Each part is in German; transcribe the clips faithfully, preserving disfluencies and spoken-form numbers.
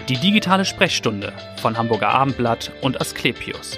Die digitale Sprechstunde von Hamburger Abendblatt und Asklepios.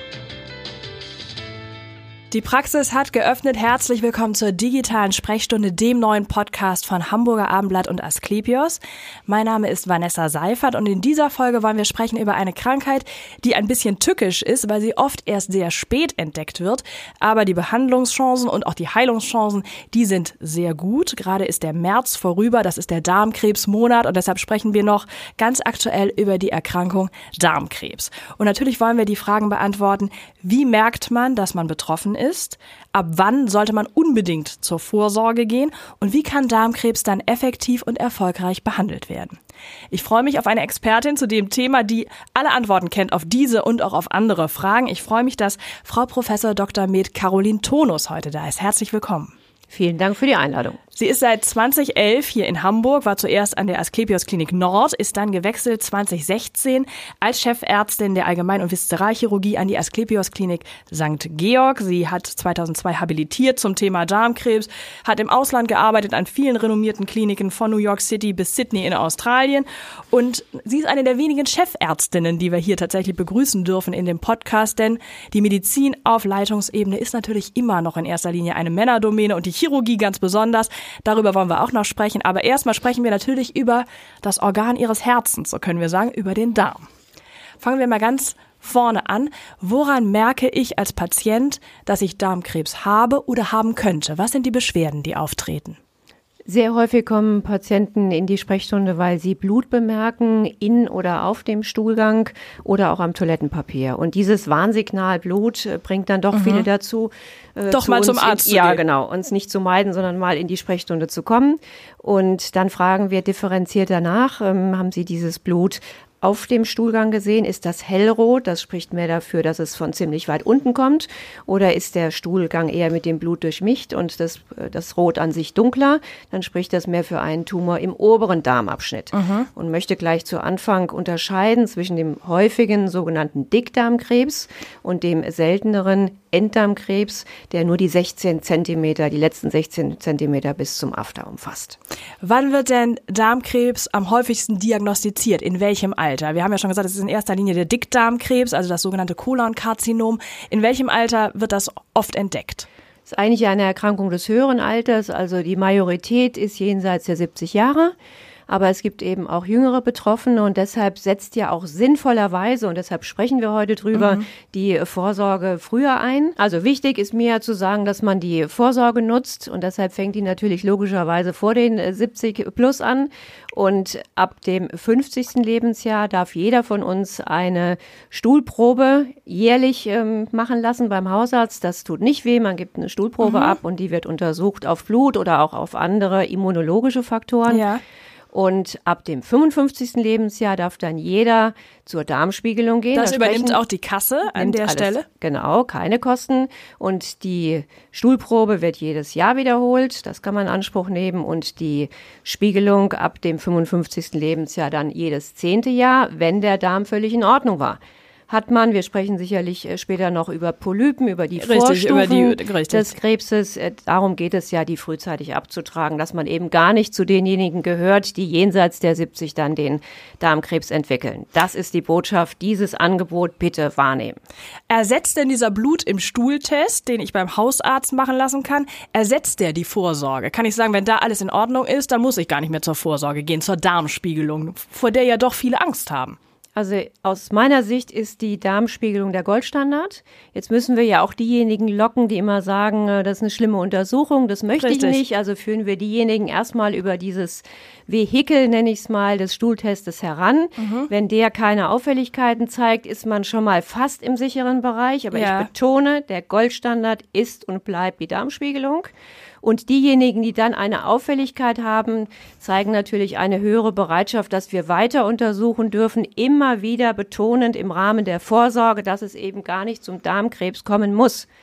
Die Praxis hat geöffnet. Herzlich willkommen zur digitalen Sprechstunde, dem neuen Podcast von Hamburger Abendblatt und Asklepios. Mein Name ist Vanessa Seifert und in dieser Folge wollen wir sprechen über eine Krankheit, die ein bisschen tückisch ist, weil sie oft erst sehr spät entdeckt wird. Aber die Behandlungschancen und auch die Heilungschancen, die sind sehr gut. Gerade ist der März vorüber, das ist der Darmkrebsmonat und deshalb sprechen wir noch ganz aktuell über die Erkrankung Darmkrebs. Und natürlich wollen wir die Fragen beantworten, wie merkt man, dass man betroffen ist? Ab wann sollte man unbedingt zur Vorsorge gehen? Und wie kann Darmkrebs dann effektiv und erfolgreich behandelt werden? Ich freue mich auf eine Expertin zu dem Thema, die alle Antworten kennt auf diese und auch auf andere Fragen. Ich freue mich, dass Frau Professor Doktor med. Caroline Tonus heute da ist. Herzlich willkommen. Vielen Dank für die Einladung. Sie ist seit zweitausendelf hier in Hamburg, war zuerst an der Asklepios Klinik Nord, ist dann gewechselt zweitausendsechzehn als Chefärztin der Allgemein- und Viszeralchirurgie an die Asklepios Klinik Sankt Georg. Sie hat zweitausendzwei habilitiert zum Thema Darmkrebs, hat im Ausland gearbeitet an vielen renommierten Kliniken von New York City bis Sydney in Australien. Und sie ist eine der wenigen Chefärztinnen, die wir hier tatsächlich begrüßen dürfen in dem Podcast, denn die Medizin auf Leitungsebene ist natürlich immer noch in erster Linie eine Männerdomäne und die Chirurgie ganz besonders. Darüber wollen wir auch noch sprechen. Aber erstmal sprechen wir natürlich über das Organ Ihres Herzens, so können wir sagen, über den Darm. Fangen wir mal ganz vorne an. Woran merke ich als Patient, dass ich Darmkrebs habe oder haben könnte? Was sind die Beschwerden, die auftreten? Sehr häufig kommen Patienten in die Sprechstunde, weil sie Blut bemerken, in oder auf dem Stuhlgang oder auch am Toilettenpapier. Und dieses Warnsignal Blut bringt dann doch mhm. viele dazu, äh, doch mal zum Arzt in, zu Ja, gehen. genau, uns nicht zu meiden, sondern mal in die Sprechstunde zu kommen. Und dann fragen wir differenziert danach, ähm, haben Sie dieses Blut auf dem Stuhlgang gesehen? Ist das hellrot? Das spricht mehr dafür, dass es von ziemlich weit unten kommt. Oder ist der Stuhlgang eher mit dem Blut durchmischt und das, das Rot an sich dunkler? Dann spricht das mehr für einen Tumor im oberen Darmabschnitt. Mhm. Und möchte gleich zu Anfang unterscheiden zwischen dem häufigen sogenannten Dickdarmkrebs und dem selteneren Enddarmkrebs, der nur die sechzehn Zentimeter, die letzten sechzehn Zentimeter bis zum After umfasst. Wann wird denn Darmkrebs am häufigsten diagnostiziert? In welchem Alter? Wir haben ja schon gesagt, es ist in erster Linie der Dickdarmkrebs, also das sogenannte Kolonkarzinom. In welchem Alter wird das oft entdeckt? Das ist eigentlich eine Erkrankung des höheren Alters, also die Majorität ist jenseits der siebzig Jahre. Aber es gibt eben auch jüngere Betroffene und deshalb setzt ja auch sinnvollerweise, und deshalb sprechen wir heute drüber, mhm. die Vorsorge früher ein. Also wichtig ist mir zu sagen, dass man die Vorsorge nutzt und deshalb fängt die natürlich logischerweise vor den siebzig plus an. Und ab dem fünfzigsten Lebensjahr darf jeder von uns eine Stuhlprobe jährlich ähm, machen lassen beim Hausarzt. Das tut nicht weh, man gibt eine Stuhlprobe mhm. ab und die wird untersucht auf Blut oder auch auf andere immunologische Faktoren. Ja. Und ab dem fünfundfünfzigsten Lebensjahr darf dann jeder zur Darmspiegelung gehen. Das übernimmt auch die Kasse an der alles, Stelle? Genau, keine Kosten. Und die Stuhlprobe wird jedes Jahr wiederholt. Das kann man in Anspruch nehmen. Und die Spiegelung ab dem fünfundfünfzigsten Lebensjahr dann jedes zehnte Jahr, wenn der Darm völlig in Ordnung war. Hat man, wir sprechen sicherlich später noch über Polypen, über die richtig, Vorstufen über die, des Krebses. Darum geht es ja, die frühzeitig abzutragen, dass man eben gar nicht zu denjenigen gehört, die jenseits der siebzig dann den Darmkrebs entwickeln. Das ist die Botschaft, dieses Angebot bitte wahrnehmen. Ersetzt denn dieser Blut im Stuhltest, den ich beim Hausarzt machen lassen kann, ersetzt der die Vorsorge? Kann ich sagen, wenn da alles in Ordnung ist, dann muss ich gar nicht mehr zur Vorsorge gehen, zur Darmspiegelung, vor der ja doch viele Angst haben? Also aus meiner Sicht ist die Darmspiegelung der Goldstandard. Jetzt müssen wir ja auch diejenigen locken, die immer sagen, das ist eine schlimme Untersuchung, das möchte Richtig. ich nicht. Also führen wir diejenigen erstmal über dieses Vehikel, nenne ich es mal, des Stuhltestes heran. Mhm. Wenn der keine Auffälligkeiten zeigt, ist man schon mal fast im sicheren Bereich. Aber ja. ich betone, der Goldstandard ist und bleibt die Darmspiegelung. Und diejenigen, die dann eine Auffälligkeit haben, zeigen natürlich eine höhere Bereitschaft, dass wir weiter untersuchen dürfen, immer wieder betonend im Rahmen der Vorsorge, dass es eben gar nicht zum Darmkrebs kommen muss.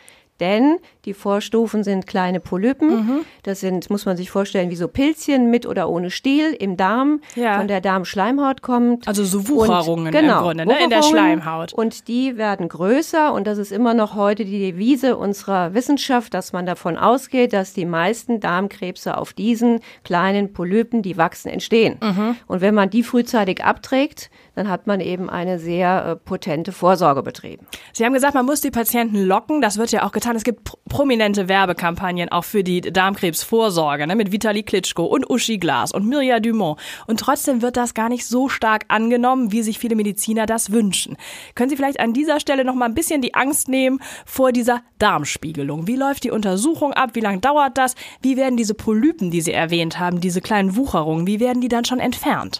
denn die Vorstufen sind kleine Polypen. Mhm. Das sind, muss man sich vorstellen, wie so Pilzchen mit oder ohne Stiel im Darm, ja. von der Darmschleimhaut kommt. Also so Wucherungen und, genau, im Grunde, ne? In der Schleimhaut. Und die werden größer und das ist immer noch heute die Devise unserer Wissenschaft, dass man davon ausgeht, dass die meisten Darmkrebse auf diesen kleinen Polypen, die wachsen, entstehen. Mhm. Und wenn man die frühzeitig abträgt, dann hat man eben eine sehr äh, potente Vorsorge betrieben. Sie haben gesagt, man muss die Patienten locken. Das wird ja auch getan. Es gibt pr- prominente Werbekampagnen auch für die Darmkrebsvorsorge, ne, mit Vitali Klitschko und Uschi Glas und Mirja Dumont. Und trotzdem wird das gar nicht so stark angenommen, wie sich viele Mediziner das wünschen. Können Sie vielleicht an dieser Stelle noch mal ein bisschen die Angst nehmen vor dieser Darmspiegelung? Wie läuft die Untersuchung ab? Wie lange dauert das? Wie werden diese Polypen, die Sie erwähnt haben, diese kleinen Wucherungen, wie werden die dann schon entfernt?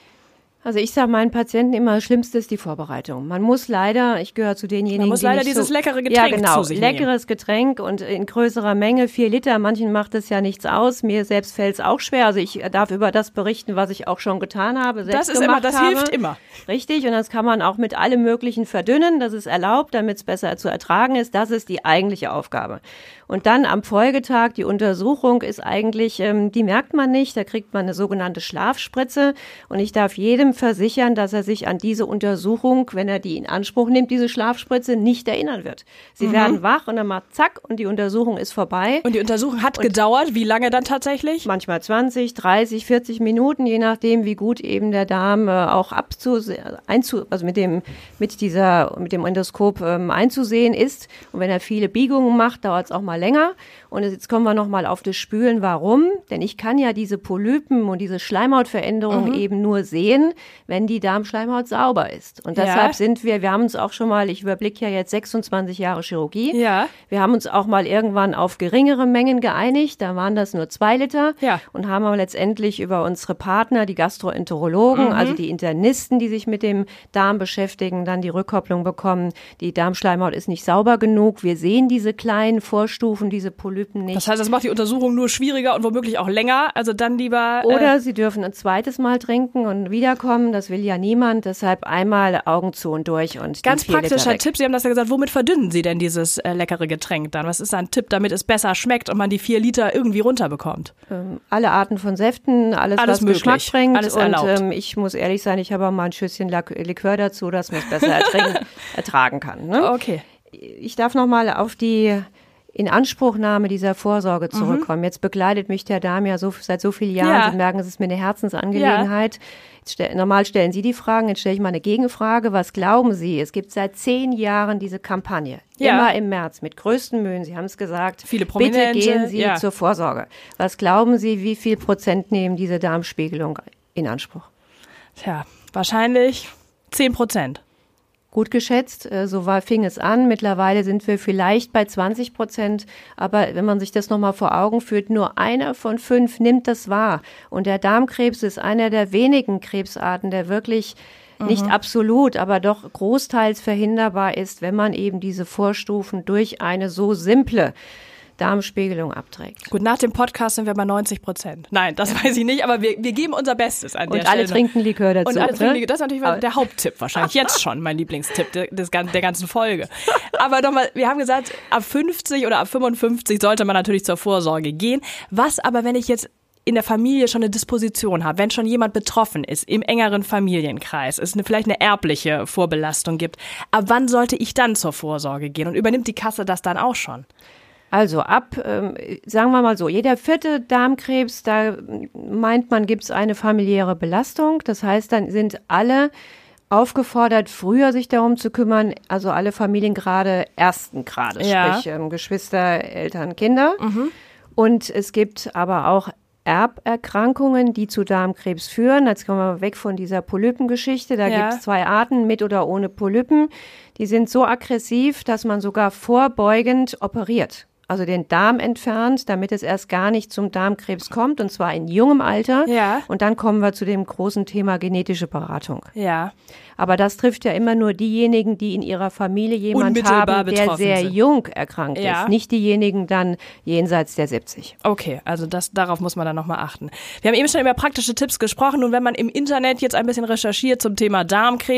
Also ich sage meinen Patienten immer, das Schlimmste ist die Vorbereitung. Man muss leider, ich gehöre zu denjenigen, Man muss die leider nicht dieses so, leckere Getränk ja, genau, zu sich leckeres nehmen. Getränk und in größerer Menge, vier Liter. Manchen macht es ja nichts aus. Mir selbst fällt es auch schwer. Also ich darf über das berichten, was ich auch schon getan habe, selbst Das ist gemacht immer, das habe. hilft immer. Richtig, und das kann man auch mit allem Möglichen verdünnen. Das ist erlaubt, damit es besser zu ertragen ist. Das ist die eigentliche Aufgabe. Und dann am Folgetag, die Untersuchung ist eigentlich, ähm, die merkt man nicht. Da kriegt man eine sogenannte Schlafspritze. Und ich darf jedem versichern, dass er sich an diese Untersuchung, wenn er die in Anspruch nimmt, diese Schlafspritze, nicht erinnern wird. Sie mhm. werden wach und dann macht zack und die Untersuchung ist vorbei. Und die Untersuchung hat und gedauert. Wie lange dann tatsächlich? Manchmal zwanzig, dreißig, vierzig Minuten, je nachdem, wie gut eben der Darm äh, auch abzusehen, einzu, also mit dem, mit dieser, mit dem Endoskop ähm, einzusehen ist. Und wenn er viele Biegungen macht, dauert es auch mal länger. Und jetzt kommen wir nochmal auf das Spülen. Warum? Denn ich kann ja diese Polypen und diese Schleimhautveränderungen mhm. eben nur sehen, wenn die Darmschleimhaut sauber ist. Und deshalb ja. sind wir, wir haben uns auch schon mal, ich überblicke ja jetzt sechsundzwanzig Jahre Chirurgie. Ja. Wir haben uns auch mal irgendwann auf geringere Mengen geeinigt. Da waren das nur zwei Liter. Ja. Und haben aber letztendlich über unsere Partner, die Gastroenterologen, mhm. also die Internisten, die sich mit dem Darm beschäftigen, dann die Rückkopplung bekommen. Die Darmschleimhaut ist nicht sauber genug. Wir sehen diese kleinen Vorstufen, diese Polypen nicht. Das heißt, das macht die Untersuchung nur schwieriger und womöglich auch länger. Also dann lieber... Äh Oder Sie dürfen ein zweites Mal trinken und wiederkommen. Das will ja niemand. Deshalb einmal Augen zu und durch und ganz praktischer Tipp. Sie haben das ja gesagt. Womit verdünnen Sie denn dieses äh, leckere Getränk dann? Was ist ein Tipp, damit es besser schmeckt und man die vier Liter irgendwie runterbekommt? Ähm, alle Arten von Säften, alles, alles was möglich. Geschmack bringt. Alles und erlaubt. Ähm, ich muss ehrlich sein, ich habe auch mal ein Schüsschen Likör dazu, dass man es besser ertrinken, ertragen kann. Ne? Okay. Ich darf noch mal auf die Inanspruchnahme dieser Vorsorge zurückkommen. Mhm. Jetzt begleitet mich der Darm ja so, seit so vielen Jahren. Ja. Sie merken, es ist mir eine Herzensangelegenheit. Ja. Jetzt stell, normal stellen Sie die Fragen, jetzt stelle ich mal eine Gegenfrage. Was glauben Sie? Es gibt seit zehn Jahren diese Kampagne. Ja. Immer im März, mit größten Mühen. Sie haben es gesagt. Viele Prominente. Bitte gehen Sie ja. zur Vorsorge. Was glauben Sie, wie viel Prozent nehmen diese Darmspiegelung in Anspruch? Tja, wahrscheinlich zehn Prozent. Gut geschätzt, so war, fing es an. Mittlerweile sind wir vielleicht bei zwanzig Prozent. Aber wenn man sich das nochmal vor Augen führt, nur einer von fünf nimmt das wahr. Und der Darmkrebs ist einer der wenigen Krebsarten, der wirklich mhm. nicht absolut, aber doch großteils verhinderbar ist, wenn man eben diese Vorstufen durch eine so simple Darmspiegelung abträgt. Gut, nach dem Podcast sind wir bei neunzig Prozent. Nein, das ja. weiß ich nicht, aber wir, wir geben unser Bestes an und der Stelle. Und alle trinken Likör dazu. Und alle ne? trinken Likör. Das ist natürlich aber der Haupttipp wahrscheinlich. Jetzt schon mein Lieblingstipp des, der ganzen Folge. Aber nochmal, wir haben gesagt, ab fünfzig oder ab fünfundfünfzig sollte man natürlich zur Vorsorge gehen. Was aber, wenn ich jetzt in der Familie schon eine Disposition habe, wenn schon jemand betroffen ist, im engeren Familienkreis, es eine, vielleicht eine erbliche Vorbelastung gibt, ab wann sollte ich dann zur Vorsorge gehen? Und übernimmt die Kasse das dann auch schon? Also ab, ähm, sagen wir mal so, jeder vierte Darmkrebs, da meint man, gibt es eine familiäre Belastung. Das heißt, dann sind alle aufgefordert, früher sich darum zu kümmern, also alle Familiengrade ersten Grades, ja. sprich ähm, Geschwister, Eltern, Kinder. Mhm. Und es gibt aber auch Erberkrankungen, die zu Darmkrebs führen. Jetzt kommen wir weg von dieser Polypengeschichte. Da ja. gibt es zwei Arten, mit oder ohne Polypen. Die sind so aggressiv, dass man sogar vorbeugend operiert. Also den Darm entfernt, damit es erst gar nicht zum Darmkrebs kommt, und zwar in jungem Alter. Ja. Und dann kommen wir zu dem großen Thema genetische Beratung. Ja. Aber das trifft ja immer nur diejenigen, die in ihrer Familie jemand haben, der sehr sind. jung erkrankt ja. ist. Nicht diejenigen dann jenseits der siebzig. Okay, also das, darauf muss man dann nochmal achten. Wir haben eben schon über praktische Tipps gesprochen, und wenn man im Internet jetzt ein bisschen recherchiert zum Thema Darmkrebs,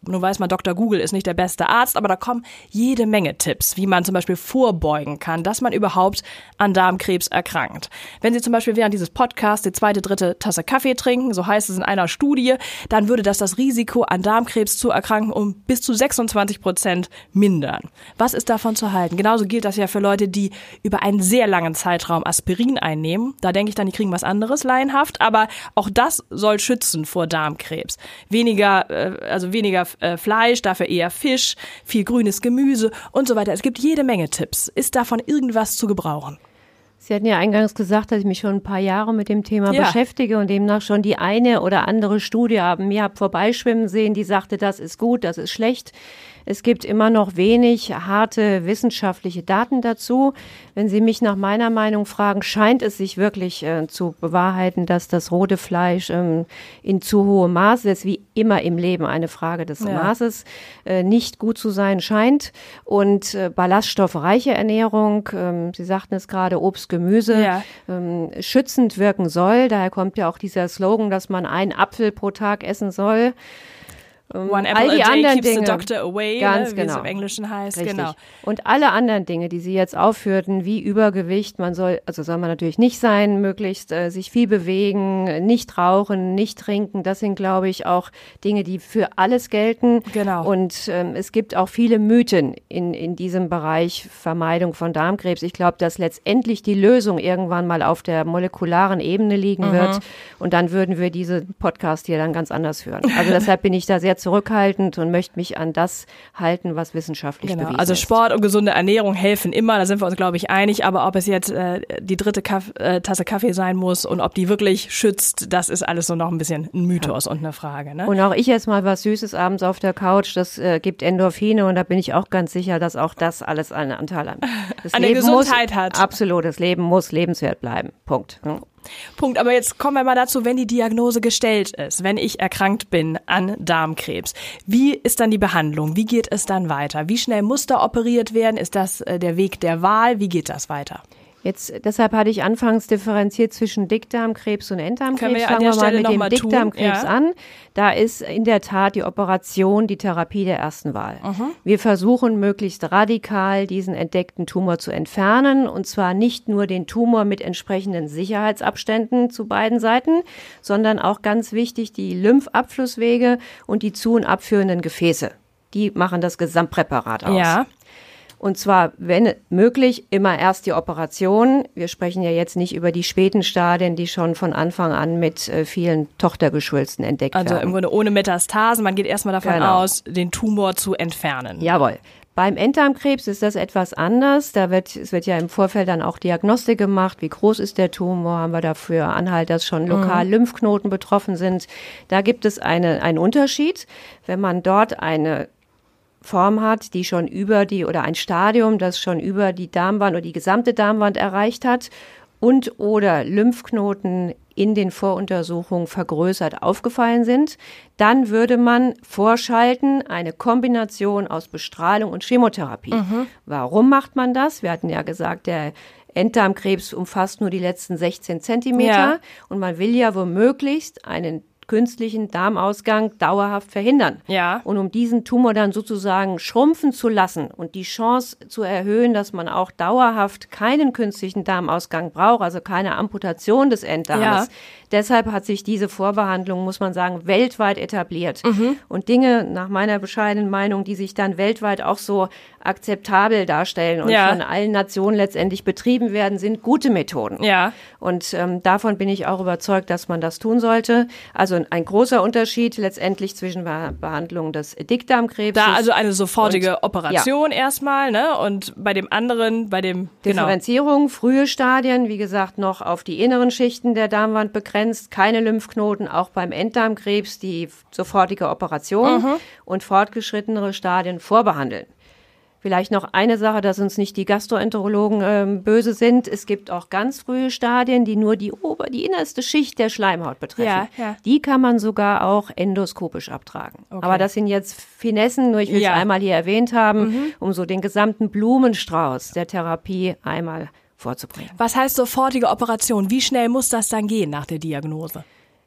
Nun weiß man, Doktor Google ist nicht der beste Arzt, aber da kommen jede Menge Tipps, wie man zum Beispiel vorbeugen kann, dass man überhaupt an Darmkrebs erkrankt. Wenn Sie zum Beispiel während dieses Podcasts die zweite, dritte Tasse Kaffee trinken, so heißt es in einer Studie, dann würde das das Risiko, an Darmkrebs zu erkranken, um bis zu sechsundzwanzig Prozent mindern. Was ist davon zu halten? Genauso gilt das ja für Leute, die über einen sehr langen Zeitraum Aspirin einnehmen. Da denke ich dann, die kriegen was anderes laienhaft, aber auch das soll schützen vor Darmkrebs. Weniger, äh, also weniger äh, Fleisch, dafür eher Fisch, viel grünes Gemüse und so weiter. Es gibt jede Menge Tipps. Ist davon irgendwas zu gebrauchen? Sie hatten ja eingangs gesagt, dass ich mich schon ein paar Jahre mit dem Thema ja. beschäftige und demnach schon die eine oder andere Studie haben mir hab vorbeischwimmen sehen, die sagte, das ist gut, das ist schlecht. Es gibt immer noch wenig harte wissenschaftliche Daten dazu. Wenn Sie mich nach meiner Meinung fragen, scheint es sich wirklich äh, zu bewahrheiten, dass das rote Fleisch ähm, in zu hohem Maße, ist wie immer im Leben eine Frage des ja. Maßes, äh, nicht gut zu sein scheint. Und äh, ballaststoffreiche Ernährung, ähm, Sie sagten es gerade, Obst, Gemüse, ja. ähm, schützend wirken soll. Daher kommt ja auch dieser Slogan, dass man einen Apfel pro Tag essen soll. One apple all die a day anderen keeps Dinge, the doctor away, ganz ne, wie genau. es im Englischen heißt. Richtig. Genau. Und alle anderen Dinge, die Sie jetzt aufführten, wie Übergewicht, man soll, also soll man natürlich nicht sein, möglichst äh, sich viel bewegen, nicht rauchen, nicht trinken, das sind, glaube ich, auch Dinge, die für alles gelten. Genau. Und ähm, es gibt auch viele Mythen in, in diesem Bereich Vermeidung von Darmkrebs. Ich glaube, dass letztendlich die Lösung irgendwann mal auf der molekularen Ebene liegen mhm. wird und dann würden wir diesen Podcast hier dann ganz anders führen. Also deshalb bin ich da sehr zurückhaltend und möchte mich an das halten, was wissenschaftlich genau. bewiesen also ist. Also Sport und gesunde Ernährung helfen immer, da sind wir uns, glaube ich, einig. Aber ob es jetzt äh, die dritte Kaff- äh, Tasse Kaffee sein muss und ob die wirklich schützt, das ist alles so noch ein bisschen ein Mythos ja. und eine Frage. Ne? Und auch ich esse mal was Süßes abends auf der Couch, das äh, gibt Endorphine und da bin ich auch ganz sicher, dass auch das alles einen Anteil an das an der Leben Gesundheit muss, hat. Absolut, das Leben muss lebenswert bleiben. Punkt. Hm. Punkt. Aber jetzt kommen wir mal dazu, wenn die Diagnose gestellt ist, wenn ich erkrankt bin an Darmkrebs. Wie ist dann die Behandlung? Wie geht es dann weiter? Wie schnell muss da operiert werden? Ist das äh, der Weg der Wahl? Wie geht das weiter? Jetzt, deshalb hatte ich anfangs differenziert zwischen Dickdarmkrebs und Enddarmkrebs. Können wir ja Fangen an der wir mal Stelle mit dem mal Dickdarmkrebs tun, ja. an. Da ist in der Tat die Operation die Therapie der ersten Wahl. Mhm. Wir versuchen möglichst radikal diesen entdeckten Tumor zu entfernen und zwar nicht nur den Tumor mit entsprechenden Sicherheitsabständen zu beiden Seiten, sondern auch ganz wichtig die Lymphabflusswege und die zu- und abführenden Gefäße. Die machen das Gesamtpräparat aus. Ja. Und zwar, wenn möglich, immer erst die Operation. Wir sprechen ja jetzt nicht über die späten Stadien, die schon von Anfang an mit äh, vielen Tochtergeschwülsten entdeckt also werden. Also im Grunde ohne Metastasen. Man geht erstmal davon genau. aus, den Tumor zu entfernen. Jawohl. Beim Enddarmkrebs ist das etwas anders. Da wird, es wird ja im Vorfeld dann auch Diagnostik gemacht. Wie groß ist der Tumor? Haben wir dafür Anhalt, dass schon lokal mhm. Lymphknoten betroffen sind? Da gibt es eine, einen Unterschied. Wenn man dort eine Form hat, die schon über die, oder ein Stadium, das schon über die Darmwand oder die gesamte Darmwand erreicht hat und oder Lymphknoten in den Voruntersuchungen vergrößert aufgefallen sind, dann würde man vorschalten, eine Kombination aus Bestrahlung und Chemotherapie. Mhm. Warum macht man das? Wir hatten ja gesagt, der Enddarmkrebs umfasst nur die letzten sechzehn Zentimeter ja. und man will ja womöglichst einen künstlichen Darmausgang dauerhaft verhindern. Ja. Und um diesen Tumor dann sozusagen schrumpfen zu lassen und die Chance zu erhöhen, dass man auch dauerhaft keinen künstlichen Darmausgang braucht, also keine Amputation des Enddarmes. Ja. Deshalb hat sich diese Vorbehandlung, muss man sagen, weltweit etabliert. Mhm. Und Dinge, nach meiner bescheidenen Meinung, die sich dann weltweit auch so akzeptabel darstellen und ja. von allen Nationen letztendlich betrieben werden, sind gute Methoden. Ja. Und ähm, davon bin ich auch überzeugt, dass man das tun sollte. Also ein großer Unterschied letztendlich zwischen Be- Behandlung des Dickdarmkrebs. Da also eine sofortige und, Operation ja. erstmal, ne? Und bei dem anderen, bei dem Differenzierung, genau. frühe Stadien, wie gesagt, noch auf die inneren Schichten der Darmwand begrenzt, keine Lymphknoten, auch beim Enddarmkrebs die sofortige Operation mhm. und fortgeschrittenere Stadien vorbehandeln. Vielleicht noch eine Sache, dass uns nicht die Gastroenterologen ähm, böse sind. Es gibt auch ganz frühe Stadien, die nur die ober, die innerste Schicht der Schleimhaut betreffen. Ja, ja. Die kann man sogar auch endoskopisch abtragen. Okay. Aber das sind jetzt Finessen, nur ich will es ja. einmal hier erwähnt haben, mhm. um so den gesamten Blumenstrauß der Therapie einmal vorzubringen. Was heißt sofortige Operation? Wie schnell muss das dann gehen nach der Diagnose?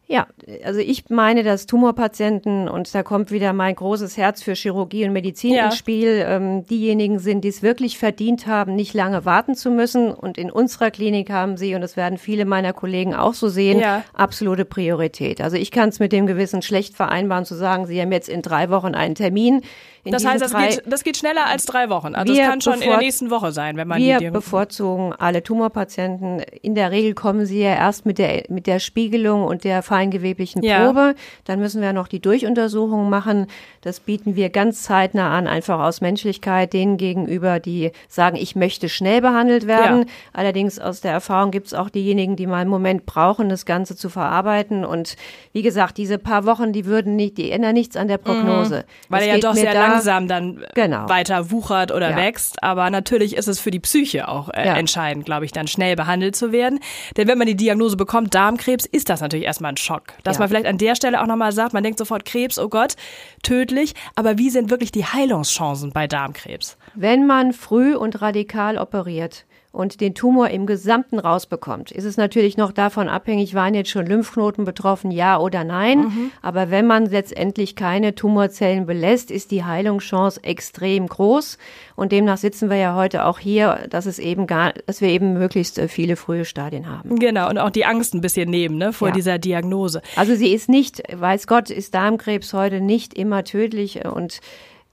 Ja, also ich meine, dass Tumorpatienten, und da kommt wieder mein großes Herz für Chirurgie und Medizin ja. ins Spiel, ähm, diejenigen sind, die es wirklich verdient haben, nicht lange warten zu müssen. Und in unserer Klinik haben sie, und das werden viele meiner Kollegen auch so sehen, ja. absolute Priorität. Also ich kann es mit dem Gewissen schlecht vereinbaren, zu sagen, Sie haben jetzt in drei Wochen einen Termin. In das heißt, das geht, das geht schneller als drei Wochen. Also es kann schon in der nächsten Woche sein, wenn man wir die... Wir bevorzugen alle Tumorpatienten. In der Regel kommen sie ja erst mit der, mit der Spiegelung und der feingeweblichen ja. Probe. Dann müssen wir noch die Durchuntersuchung machen. Das bieten wir ganz zeitnah an, einfach aus Menschlichkeit denen gegenüber, die sagen, ich möchte schnell behandelt werden. Ja. Allerdings aus der Erfahrung gibt es auch diejenigen, die mal einen Moment brauchen, das Ganze zu verarbeiten. Und wie gesagt, diese paar Wochen, die würden nicht, die ändern nichts an der Prognose. Mhm. Weil er ja doch sehr da, langsam dann genau. weiter wuchert oder ja. wächst. Aber natürlich ist es für die Psyche auch äh, ja. entscheidend, glaube ich, dann schnell behandelt zu werden. Denn wenn man die Diagnose bekommt, Darmkrebs, ist das natürlich erstmal ein Schock. Dass ja. man vielleicht an der Stelle auch nochmal sagt, man denkt sofort Krebs, oh Gott, tödlich. Aber wie sind wirklich die Heilungschancen bei Darmkrebs? Wenn man früh und radikal operiert und den Tumor im Gesamten rausbekommt, ist es natürlich noch davon abhängig, waren jetzt schon Lymphknoten betroffen, ja oder nein. Mhm. Aber wenn man letztendlich keine Tumorzellen belässt, ist die Heilungschance extrem groß. Und demnach sitzen wir ja heute auch hier, dass es eben gar, dass wir eben möglichst viele frühe Stadien haben. Genau, und auch die Angst ein bisschen nehmen, ne, vor ja. dieser Diagnose. Also sie ist nicht, weiß Gott, ist Darmkrebs heute nicht immer tödlich, und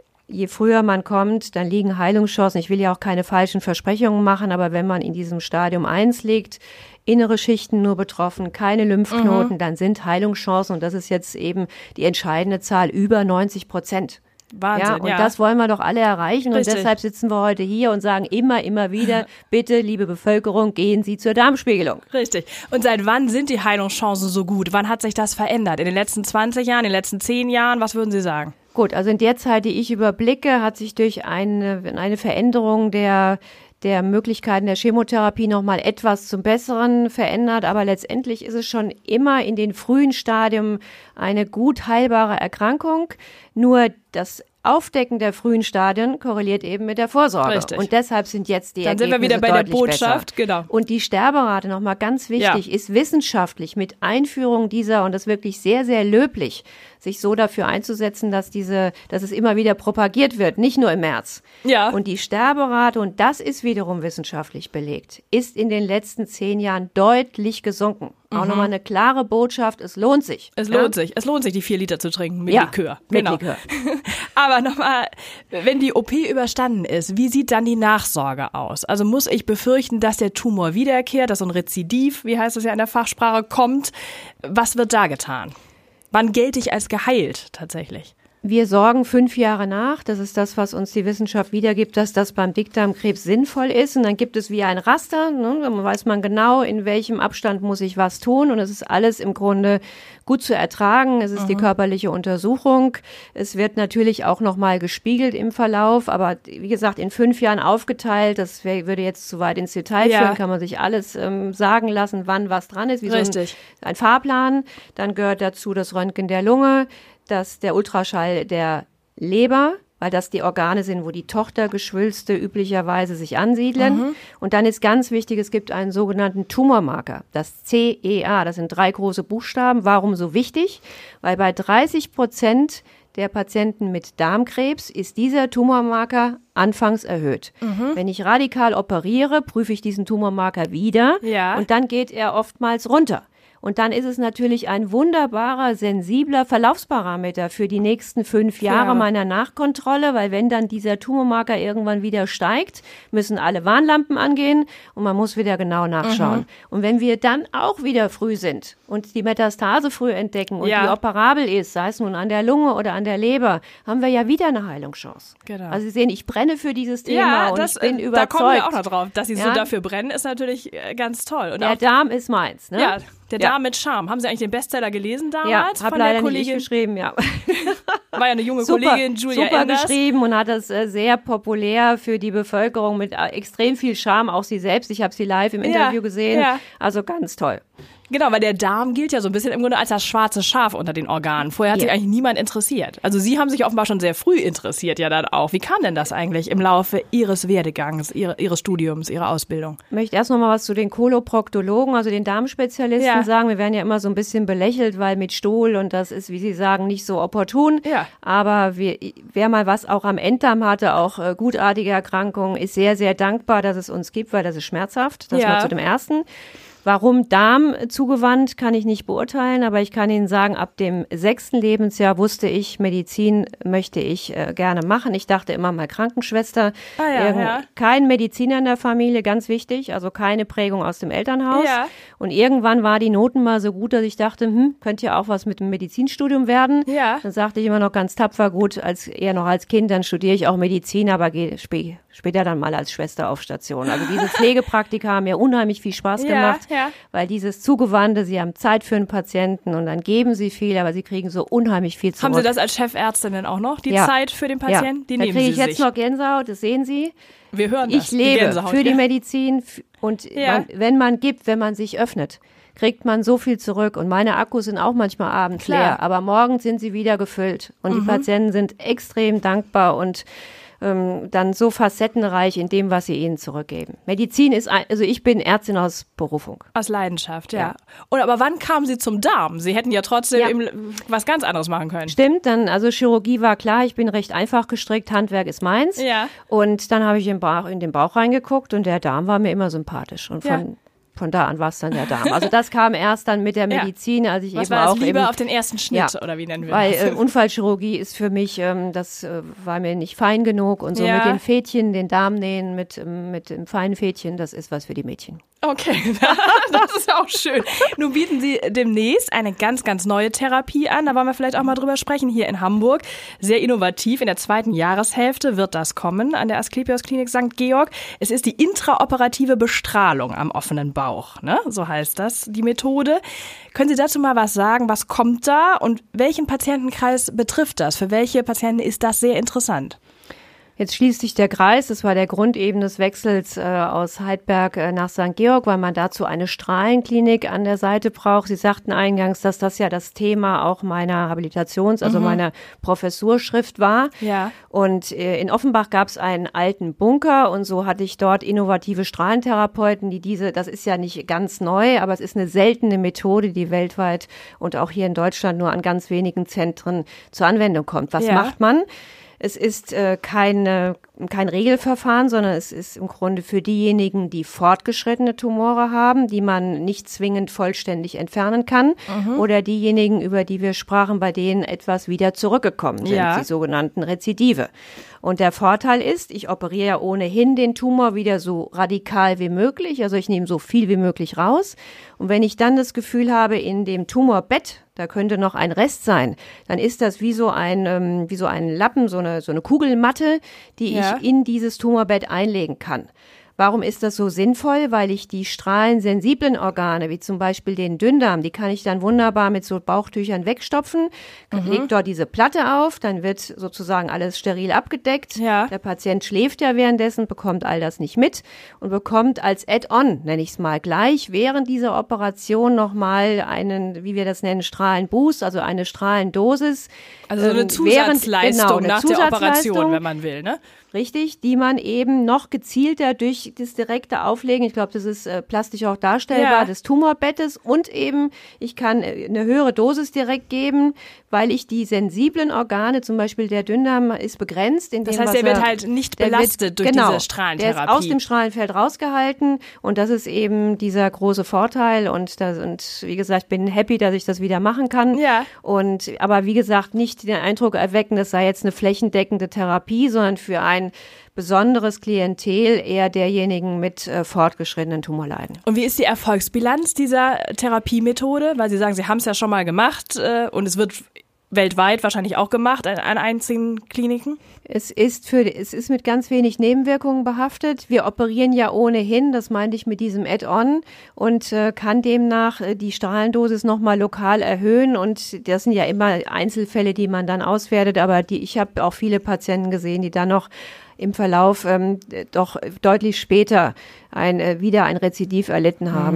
je früher man kommt, dann liegen Heilungschancen. Ich will ja auch keine falschen Versprechungen machen, aber wenn man in diesem Stadium eins liegt, innere Schichten nur betroffen, keine Lymphknoten, mhm. dann sind Heilungschancen, und das ist jetzt eben die entscheidende Zahl, über neunzig Prozent. Wahnsinn, ja, und ja. das wollen wir doch alle erreichen. Richtig. Und deshalb sitzen wir heute hier und sagen immer, immer wieder, bitte, liebe Bevölkerung, gehen Sie zur Darmspiegelung. Richtig. Und seit wann sind die Heilungschancen so gut? Wann hat sich das verändert? In den letzten zwanzig Jahren, in den letzten zehn Jahren? Was würden Sie sagen? Gut, also in der Zeit, die ich überblicke, hat sich durch eine, eine Veränderung der der Möglichkeiten der Chemotherapie noch mal etwas zum Besseren verändert, aber letztendlich ist es schon immer in den frühen Stadien eine gut heilbare Erkrankung. Nur das Aufdecken der frühen Stadien korreliert eben mit der Vorsorge. Richtig. Und deshalb sind jetzt die Dann Ergebnisse sind wir wieder bei der Botschaft, besser. Genau. Und die Sterberate, nochmal ganz wichtig, ja. ist wissenschaftlich mit Einführung dieser, und das wirklich sehr, sehr löblich, sich so dafür einzusetzen, dass diese, dass es immer wieder propagiert wird, nicht nur im März. Ja. Und die Sterberate, und das ist wiederum wissenschaftlich belegt, ist in den letzten zehn Jahren deutlich gesunken. Auch mhm. nochmal eine klare Botschaft, es lohnt sich. Es ja? lohnt sich. Es lohnt sich, die vier Liter zu trinken mit ja, Likör. Mit genau. Likör. Aber nochmal, wenn die O P überstanden ist, wie sieht dann die Nachsorge aus? Also muss ich befürchten, dass der Tumor wiederkehrt, dass so ein Rezidiv, wie heißt das ja in der Fachsprache, kommt? Was wird da getan? Wann gelte ich als geheilt tatsächlich? Wir sorgen fünf Jahre nach. Das ist das, was uns die Wissenschaft wiedergibt, dass das beim Dickdarmkrebs sinnvoll ist. Und dann gibt es wie ein Raster. Ne? Dann weiß man genau, in welchem Abstand muss ich was tun. Und es ist alles im Grunde gut zu ertragen. Es ist mhm. die körperliche Untersuchung. Es wird natürlich auch nochmal gespiegelt im Verlauf. Aber wie gesagt, in fünf Jahren aufgeteilt. Das wär, würde jetzt zu weit ins Detail ja. führen. Kann man sich alles ähm, sagen lassen, wann was dran ist. Wie Richtig. so ein, ein Fahrplan. Dann gehört dazu das Röntgen der Lunge, dass der Ultraschall der Leber, weil das die Organe sind, wo die Tochtergeschwülste üblicherweise sich ansiedeln. Mhm. Und dann ist ganz wichtig, es gibt einen sogenannten Tumormarker, das C E A, das sind drei große Buchstaben. Warum so wichtig? Weil bei dreißig Prozent der Patienten mit Darmkrebs ist dieser Tumormarker anfangs erhöht. Mhm. Wenn ich radikal operiere, prüfe ich diesen Tumormarker wieder ja. und dann geht er oftmals runter. Und dann ist es natürlich ein wunderbarer, sensibler Verlaufsparameter für die nächsten fünf Jahre ja. meiner Nachkontrolle, weil wenn dann dieser Tumormarker irgendwann wieder steigt, müssen alle Warnlampen angehen und man muss wieder genau nachschauen. Mhm. Und wenn wir dann auch wieder früh sind und die Metastase früh entdecken und ja. die operabel ist, sei es nun an der Lunge oder an der Leber, haben wir ja wieder eine Heilungschance. Genau. Also Sie sehen, ich brenne für dieses Thema ja, und das, ich bin äh, überzeugt. Da kommen wir auch noch drauf. Dass Sie ja? so dafür brennen, ist natürlich äh, ganz toll. Und der auch, Darm ist meins, ne? Ja, der ja. Darm mit Charme. Haben Sie eigentlich den Bestseller gelesen damals? Ja, habe von leider der Kollegin? nicht ich geschrieben, ja. War ja eine junge super, Kollegin, Julia super Enders. geschrieben und hat das äh, sehr populär für die Bevölkerung mit äh, extrem viel Charme, auch sie selbst. Ich habe sie live im ja, Interview gesehen, ja. also ganz toll. Genau, weil der Darm gilt ja so ein bisschen im Grunde als das schwarze Schaf unter den Organen. Vorher hat Ja. sich eigentlich niemand interessiert. Also Sie haben sich offenbar schon sehr früh interessiert ja dann auch. Wie kam denn das eigentlich im Laufe Ihres Werdegangs, Ihre, Ihres Studiums, Ihrer Ausbildung? Ich möchte erst noch mal was zu den Koloproktologen, also den Darmspezialisten Ja. sagen. Wir werden ja immer so ein bisschen belächelt, weil mit Stuhl und das ist, wie Sie sagen, nicht so opportun. Ja. Aber wir, wer mal was auch am Enddarm hatte, auch äh, gutartige Erkrankungen, ist sehr, sehr dankbar, dass es uns gibt, weil das ist schmerzhaft. Das Ja. mal zu dem Ersten. Warum Darm zugewandt, kann ich nicht beurteilen, aber ich kann Ihnen sagen, ab dem sechsten Lebensjahr wusste ich, Medizin möchte ich äh, gerne machen. Ich dachte immer mal Krankenschwester. Ah ja, Irgend- ja. Kein Mediziner in der Familie, ganz wichtig, also keine Prägung aus dem Elternhaus. Ja. Und irgendwann war die Noten mal so gut, dass ich dachte, hm, könnte ja auch was mit dem Medizinstudium werden. Ja. Dann sagte ich immer noch ganz tapfer, gut, als eher noch als Kind, dann studiere ich auch Medizin, aber gehe spä später dann mal als Schwester auf Station. Also diese Pflegepraktika haben mir unheimlich viel Spaß Ja, gemacht, ja. weil dieses Zugewandte, sie haben Zeit für einen Patienten und dann geben sie viel, aber sie kriegen so unheimlich viel zurück. Haben Sie das als Chefärztin denn auch noch, die Ja. Zeit für den Patienten? Ja. Die da nehmen kriege Sie ich jetzt sich. noch Gänsehaut, das sehen Sie. Wir hören das. Ich die lebe Gänsehaut, für die ja. Medizin f- und Ja. man, wenn man gibt, wenn man sich öffnet, kriegt man so viel zurück. Und meine Akkus sind auch manchmal abends Klar. leer, aber morgens sind sie wieder gefüllt. Und Mhm. die Patienten sind extrem dankbar und ähm, dann so facettenreich in dem, was sie ihnen zurückgeben. Medizin ist, ein, also ich bin Ärztin aus Berufung. Aus Leidenschaft, ja. Ja. Und aber wann kamen Sie zum Darm? Sie hätten ja trotzdem Ja. Im, was ganz anderes machen können. Stimmt, dann, also Chirurgie war klar, ich bin recht einfach gestrickt, Handwerk ist meins. Ja. Und dann habe ich im Bauch, in den Bauch reingeguckt und der Darm war mir immer sympathisch. Und von, Ja. von da an war es dann der Darm. Also das kam erst dann mit der Ja. Medizin, als ich Was eben war das? auch Liebe eben, auf den ersten Schnitt, Ja. oder wie nennen wir weil das? äh, Unfallchirurgie ist für mich, ähm, das äh, war mir nicht fein genug und so Ja. mit den Fädchen, den Darm nähen, mit, ähm, mit dem feinen Fädchen, das ist was für die Mädchen. Okay, das ist auch schön. Nun bieten Sie demnächst eine ganz, ganz neue Therapie an. Da wollen wir vielleicht auch mal drüber sprechen hier in Hamburg. Sehr innovativ. In der zweiten Jahreshälfte wird das kommen an der Asklepios Klinik Sankt Georg. Es ist die intraoperative Bestrahlung am offenen Bauch, ne? So heißt das, die Methode. Können Sie dazu mal was sagen? Was kommt da und welchen Patientenkreis betrifft das? Für welche Patienten ist das sehr interessant? Jetzt schließt sich der Kreis. Das war der Grund eben des Wechsels äh, aus Heidberg äh, nach Sankt Georg, weil man dazu eine Strahlenklinik an der Seite braucht. Sie sagten eingangs, dass das ja das Thema auch meiner Habilitations-, also meiner Professurschrift war. Ja. Und äh, in Offenbach gab es einen alten Bunker und so hatte ich dort innovative Strahlentherapeuten, die diese, das ist ja nicht ganz neu, aber es ist eine seltene Methode, die weltweit und auch hier in Deutschland nur an ganz wenigen Zentren zur Anwendung kommt. Was Ja. macht man? Es ist äh, keine, kein Regelverfahren, sondern es ist im Grunde für diejenigen, die fortgeschrittene Tumore haben, die man nicht zwingend vollständig entfernen kann, oder diejenigen, über die wir sprachen, bei denen etwas wieder zurückgekommen sind, Ja. die sogenannten Rezidive. Und der Vorteil ist, ich operiere ja ohnehin den Tumor wieder so radikal wie möglich, also ich nehme so viel wie möglich raus. Und wenn ich dann das Gefühl habe, in dem Tumorbett, da könnte noch ein Rest sein, dann ist das wie so ein, ähm, wie so ein Lappen, so eine, so eine Kugelmatte, die Ja. ich in dieses Tumorbett einlegen kann. Warum ist das so sinnvoll? Weil ich die strahlensensiblen Organe, wie zum Beispiel den Dünndarm, die kann ich dann wunderbar mit so Bauchtüchern wegstopfen, Mhm. leg dort diese Platte auf, dann wird sozusagen alles steril abgedeckt. Ja. Der Patient schläft ja währenddessen, bekommt all das nicht mit und bekommt als Add-on, nenne ich es mal, gleich während dieser Operation nochmal einen, wie wir das nennen, Strahlenboost, also eine Strahlendosis. Also so eine ähm, Zusatzleistung während, genau, eine nach der Operation, Zusatzleistung. wenn man will, ne? Richtig, die man eben noch gezielter durch das direkte Auflegen, ich glaube, das ist äh, plastisch auch darstellbar, Ja. des Tumorbettes und eben, ich kann äh, eine höhere Dosis direkt geben, weil ich die sensiblen Organe, zum Beispiel der Dünndarm ist begrenzt. In Das dem, heißt, was der wird er- halt nicht der belastet wird, durch genau, diese Strahlentherapie. Der ist aus dem Strahlenfeld rausgehalten und das ist eben dieser große Vorteil und, das, und wie gesagt, ich bin happy, dass ich das wieder machen kann. Ja. Und, aber wie gesagt, nicht den Eindruck erwecken, das sei jetzt eine flächendeckende Therapie, sondern für ein besonderes Klientel eher derjenigen mit äh, fortgeschrittenen Tumorleiden. Und wie ist die Erfolgsbilanz dieser Therapiemethode? Weil Sie sagen, Sie haben es ja schon mal gemacht äh, und es wird weltweit wahrscheinlich auch gemacht an, an einzigen Kliniken. Es ist für, es ist mit ganz wenig Nebenwirkungen behaftet. Wir operieren ja ohnehin, das meinte ich mit diesem Add-on und äh, kann demnach äh, die Strahlendosis nochmal lokal erhöhen und das sind ja immer Einzelfälle, die man dann auswertet, aber die, ich habe auch viele Patienten gesehen, die dann noch im Verlauf ähm, doch deutlich später ein, äh, wieder ein Rezidiv erlitten haben.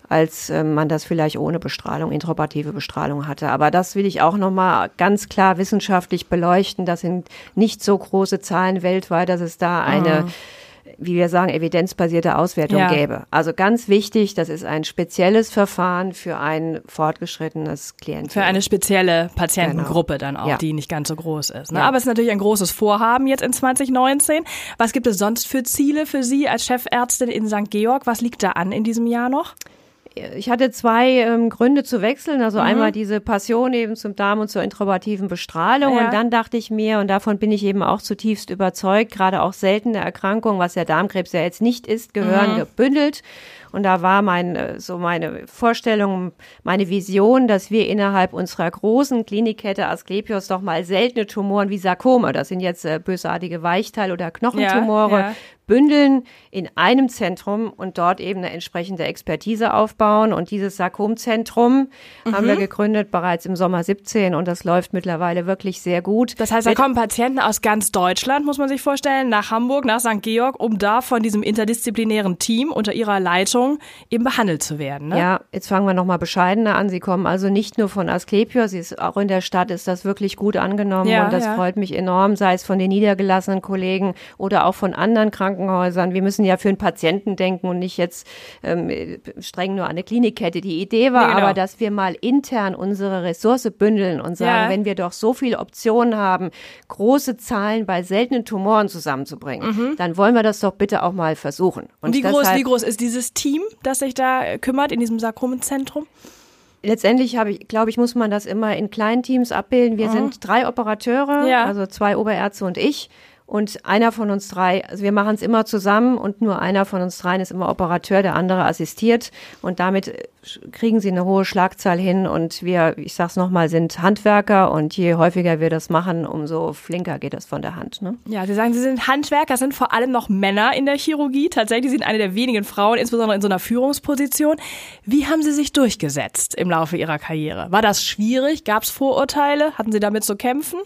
als äh, man das vielleicht ohne Bestrahlung, intraoperative Bestrahlung hatte. Aber das will ich auch nochmal ganz klar wissenschaftlich beleuchten. Das sind nicht so große Zahlen weltweit, dass es da eine, mhm. wie wir sagen, evidenzbasierte Auswertung ja. gäbe. Also ganz wichtig, das ist ein spezielles Verfahren für ein fortgeschrittenes Klientel. Für eine spezielle Patientengruppe genau. dann auch, ja. die nicht ganz so groß ist. Ne? Ja. Aber es ist natürlich ein großes Vorhaben jetzt in zwanzig neunzehn. Was gibt es sonst für Ziele für Sie als Chefärztin in Sankt Georg? Was liegt da an in diesem Jahr noch? Ich hatte zwei ähm, Gründe zu wechseln, also mhm. einmal diese Passion eben zum Darm und zur intraoperativen Bestrahlung ja. und dann dachte ich mir, und davon bin ich eben auch zutiefst überzeugt, gerade auch seltene Erkrankungen, was der Darmkrebs ja jetzt nicht ist, gehören mhm. gebündelt. Und da war mein, so meine Vorstellung, meine Vision, dass wir innerhalb unserer großen Klinikkette Asklepios doch mal seltene Tumoren wie Sarkome, das sind jetzt äh, bösartige Weichteil- oder Knochentumore, ja, ja. bündeln in einem Zentrum und dort eben eine entsprechende Expertise aufbauen. Und dieses Sarkomzentrum mhm. haben wir gegründet bereits im Sommer siebzehn und das läuft mittlerweile wirklich sehr gut. Das heißt, da kommen Patienten aus ganz Deutschland, muss man sich vorstellen, nach Hamburg, nach Sankt Georg, um da von diesem interdisziplinären Team unter ihrer Leitung eben behandelt zu werden. Ne? Ja, jetzt fangen wir nochmal bescheidener an. Sie kommen also nicht nur von Asklepios, sie ist auch in der Stadt ist das wirklich gut angenommen ja, und das ja. freut mich enorm, sei es von den niedergelassenen Kollegen oder auch von anderen Krankenhäusern. Wir müssen ja für einen Patienten denken und nicht jetzt ähm, streng nur an eine Klinikkette. Die Idee war ja, genau. aber, dass wir mal intern unsere Ressource bündeln und sagen, ja. wenn wir doch so viele Optionen haben, große Zahlen bei seltenen Tumoren zusammenzubringen, mhm. dann wollen wir das doch bitte auch mal versuchen. Und wie, groß, wie groß ist dieses Team, das sich da kümmert in diesem Sarkomenzentrum? Letztendlich habe ich, glaube ich, muss man das immer in kleinen Teams abbilden. Wir mhm. sind drei Operateure, ja. also zwei Oberärzte und ich. Und einer von uns drei, also wir machen es immer zusammen und nur einer von uns dreien ist immer Operateur, der andere assistiert und damit kriegen sie eine hohe Schlagzahl hin und wir, ich sag's nochmal, sind Handwerker und je häufiger wir das machen, umso flinker geht das von der Hand. Ne? Ja, Sie sagen, Sie sind Handwerker, sind vor allem noch Männer in der Chirurgie. Tatsächlich sind eine der wenigen Frauen, insbesondere in so einer Führungsposition. Wie haben Sie sich durchgesetzt im Laufe Ihrer Karriere? War das schwierig? Gab es Vorurteile? Hatten Sie damit zu kämpfen?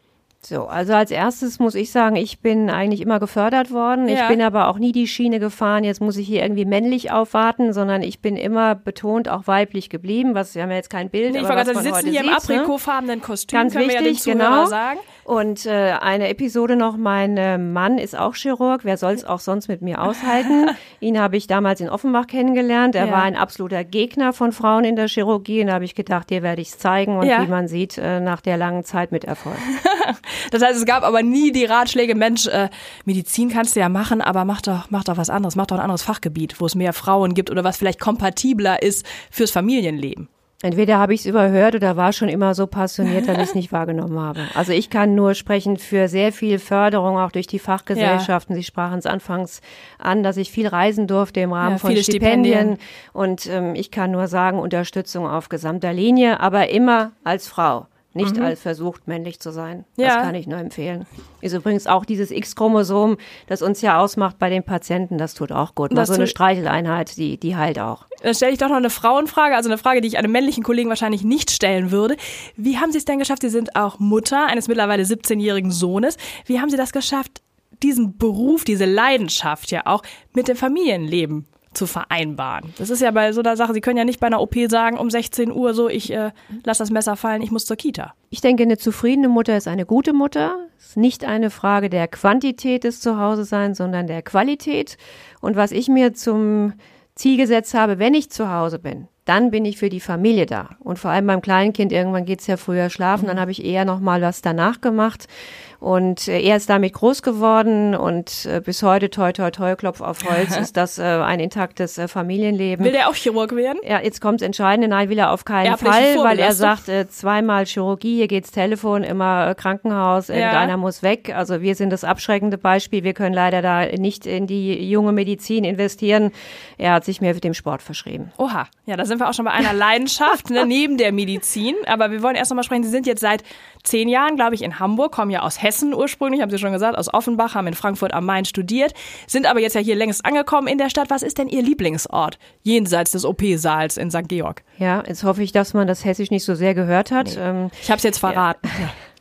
So, also als erstes muss ich sagen, ich bin eigentlich immer gefördert worden. Ja. Ich bin aber auch nie die Schiene gefahren, jetzt muss ich hier irgendwie männlich aufwarten, sondern ich bin immer betont auch weiblich geblieben, was, wir haben ja jetzt kein Bild, nee, ich aber was Sie man sitzen heute hier sieht, im aprikotfarbenen Kostüm, ganz können wichtig, wir ja den Zuhörer genau. sagen. Und äh, eine Episode noch, mein äh, Mann ist auch Chirurg, wer soll es auch sonst mit mir aushalten? Ihn habe ich damals in Offenbach kennengelernt, er ja. war ein absoluter Gegner von Frauen in der Chirurgie und da habe ich gedacht, dir werde ich es zeigen und ja. wie man sieht, äh, nach der langen Zeit mit Erfolg. Das heißt, es gab aber nie die Ratschläge, Mensch, äh, Medizin kannst du ja machen, aber mach doch, mach doch was anderes, mach doch ein anderes Fachgebiet, wo es mehr Frauen gibt oder was vielleicht kompatibler ist fürs Familienleben. Entweder habe ich es überhört oder war schon immer so passioniert, dass ich es nicht wahrgenommen habe. Also ich kann nur sprechen für sehr viel Förderung, auch durch die Fachgesellschaften. Ja. Sie sprachen es anfangs an, dass ich viel reisen durfte im Rahmen ja, von Stipendien. Stipendien. Und ähm, ich kann nur sagen, Unterstützung auf gesamter Linie, aber immer als Frau. Nicht mhm. als versucht, männlich zu sein. Ja. Das kann ich nur empfehlen. Ist übrigens auch dieses X-Chromosom, das uns ja ausmacht bei den Patienten, das tut auch gut. Mal so eine Streicheleinheit, die, die heilt auch. Dann stelle ich doch noch eine Frauenfrage, also eine Frage, die ich einem männlichen Kollegen wahrscheinlich nicht stellen würde. Wie haben Sie es denn geschafft? Sie sind auch Mutter eines mittlerweile siebzehnjährigen Sohnes. Wie haben Sie das geschafft, diesen Beruf, diese Leidenschaft ja auch mit dem Familienleben zu vereinbaren? Das ist ja bei so einer Sache, Sie können ja nicht bei einer O P sagen, um sechzehn Uhr so, ich äh, lasse das Messer fallen, ich muss zur Kita. Ich denke, eine zufriedene Mutter ist eine gute Mutter. Es ist nicht eine Frage der Quantität des Zuhause-Seins, sondern der Qualität. Und was ich mir zum Ziel gesetzt habe, wenn ich zu Hause bin, dann bin ich für die Familie da. Und vor allem beim Kleinkind, irgendwann geht's ja früher schlafen, dann habe ich eher noch mal was danach gemacht. Und äh, er ist damit groß geworden und äh, bis heute, toi, toi, toi, Klopf auf Holz, ist das äh, ein intaktes äh, Familienleben. Will der auch Chirurg werden? Ja, jetzt kommt's Entscheidende. Nein, will er auf keinen Erbliche Fall, weil er sagt, äh, zweimal Chirurgie, hier geht's Telefon, immer äh, Krankenhaus, ja. irgendeiner muss weg. Also wir sind das abschreckende Beispiel. Wir können leider da nicht in die junge Medizin investieren. Er hat sich mehr mit dem Sport verschrieben. Oha, ja, da sind wir auch schon bei einer Leidenschaft, ne, neben der Medizin. Aber wir wollen erst noch mal sprechen, Sie sind jetzt seit zehn Jahren, glaube ich, in Hamburg, kommen ja aus Hessen ursprünglich, haben Sie schon gesagt, aus Offenbach, haben in Frankfurt am Main studiert, sind aber jetzt ja hier längst angekommen in der Stadt. Was ist denn Ihr Lieblingsort jenseits des O P-Saals in Sankt Georg? Ja, jetzt hoffe ich, dass man das Hessisch nicht so sehr gehört hat. Nee. Ähm, ich habe es jetzt verraten. Ja.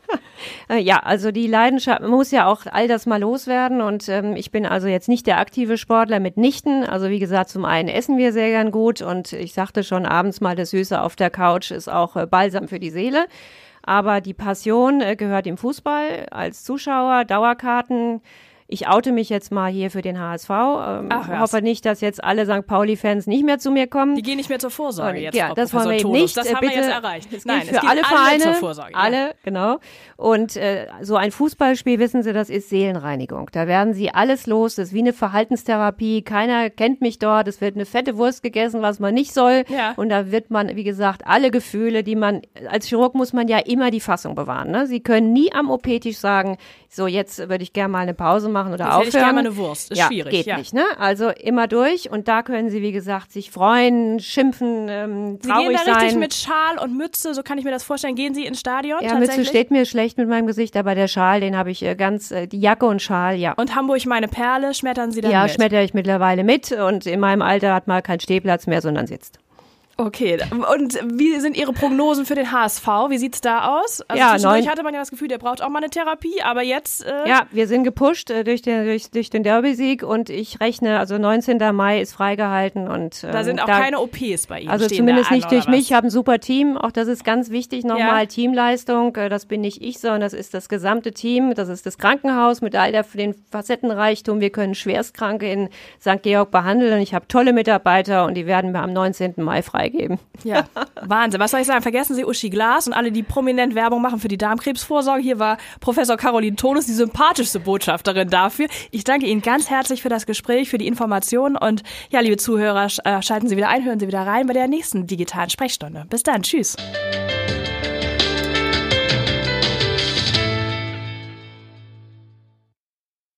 Äh, ja, also die Leidenschaft, man muss ja auch all das mal loswerden und ähm, ich bin also jetzt nicht der aktive Sportler mitnichten. Also wie gesagt, zum einen essen wir sehr gern gut und ich sagte schon, abends mal das Süße auf der Couch ist auch äh, Balsam für die Seele. Aber die Passion äh, gehört im Fußball als Zuschauer, Dauerkarten. Ich oute mich jetzt mal hier für den H S V. Ähm, Ach, was. hoffe nicht, dass jetzt alle Sankt Pauli-Fans nicht mehr zu mir kommen. Die gehen nicht mehr zur Vorsorge Und, jetzt, ja, Frau das Professor wollen wir eben Tonus. nicht. Das Äh, haben bitte, wir jetzt erreicht. Es Nein, gilt es für geht alle alle Vereine, zur Vorsorge. Ja. alle, genau. Und äh, so ein Fußballspiel, wissen Sie, das ist Seelenreinigung. Da werden Sie alles los. Das ist wie eine Verhaltenstherapie. Keiner kennt mich dort. Es wird eine fette Wurst gegessen, was man nicht soll. Ja. Und da wird man, wie gesagt, alle Gefühle, die man, als Chirurg muss man ja immer die Fassung bewahren. Ne? Sie können nie am O P-Tisch sagen, so jetzt würde ich gerne mal eine Pause machen oder Jetzt aufhören. hätte ich gerne mal eine Wurst. Ist ja, schwierig. Geht ja. nicht, ne? Also immer durch und da können Sie, wie gesagt, sich freuen, schimpfen, ähm, Sie traurig gehen da richtig sein. mit Schal und Mütze, so kann ich mir das vorstellen. Gehen Sie ins Stadion Ja, tatsächlich? Mütze steht mir schlecht mit meinem Gesicht, aber der Schal, den habe ich äh, ganz, äh, die Jacke und Schal, ja. Und Hamburg meine Perle, schmettern Sie dann Ja, mit? schmetter ich mittlerweile mit und in meinem Alter hat man keinen Stehplatz mehr, sondern sitzt. Okay, und wie sind Ihre Prognosen für den H S V? Wie sieht's da aus? Also Ja, zwischendurch neun- hatte man ja das Gefühl, der braucht auch mal eine Therapie, aber jetzt... Äh, Ja, wir sind gepusht äh, durch den, durch, durch den Derby-Sieg und ich rechne, also neunzehnten Mai ist freigehalten und ähm, da sind auch da, keine O Ps bei Ihnen. Also stehen zumindest da an, nicht durch oder mich. was? Ich habe ein super Team. Auch das ist ganz wichtig nochmal. Ja. Teamleistung. Äh, Das bin nicht ich, sondern das ist das gesamte Team. Das ist das Krankenhaus mit all der, den Facettenreichtum. Wir können Schwerstkranke in Sankt Georg behandeln. Ich habe tolle Mitarbeiter und die werden wir am neunzehnten Mai freigeben. Ja, Wahnsinn. Was soll ich sagen? Vergessen Sie Uschi Glas und alle, die prominent Werbung machen für die Darmkrebsvorsorge. Hier war Professor Caroline Tonus, die sympathischste Botschafterin dafür. Ich danke Ihnen ganz herzlich für das Gespräch, für die Informationen und ja, liebe Zuhörer, sch- äh, schalten Sie wieder ein, hören Sie wieder rein bei der nächsten digitalen Sprechstunde. Bis dann, tschüss.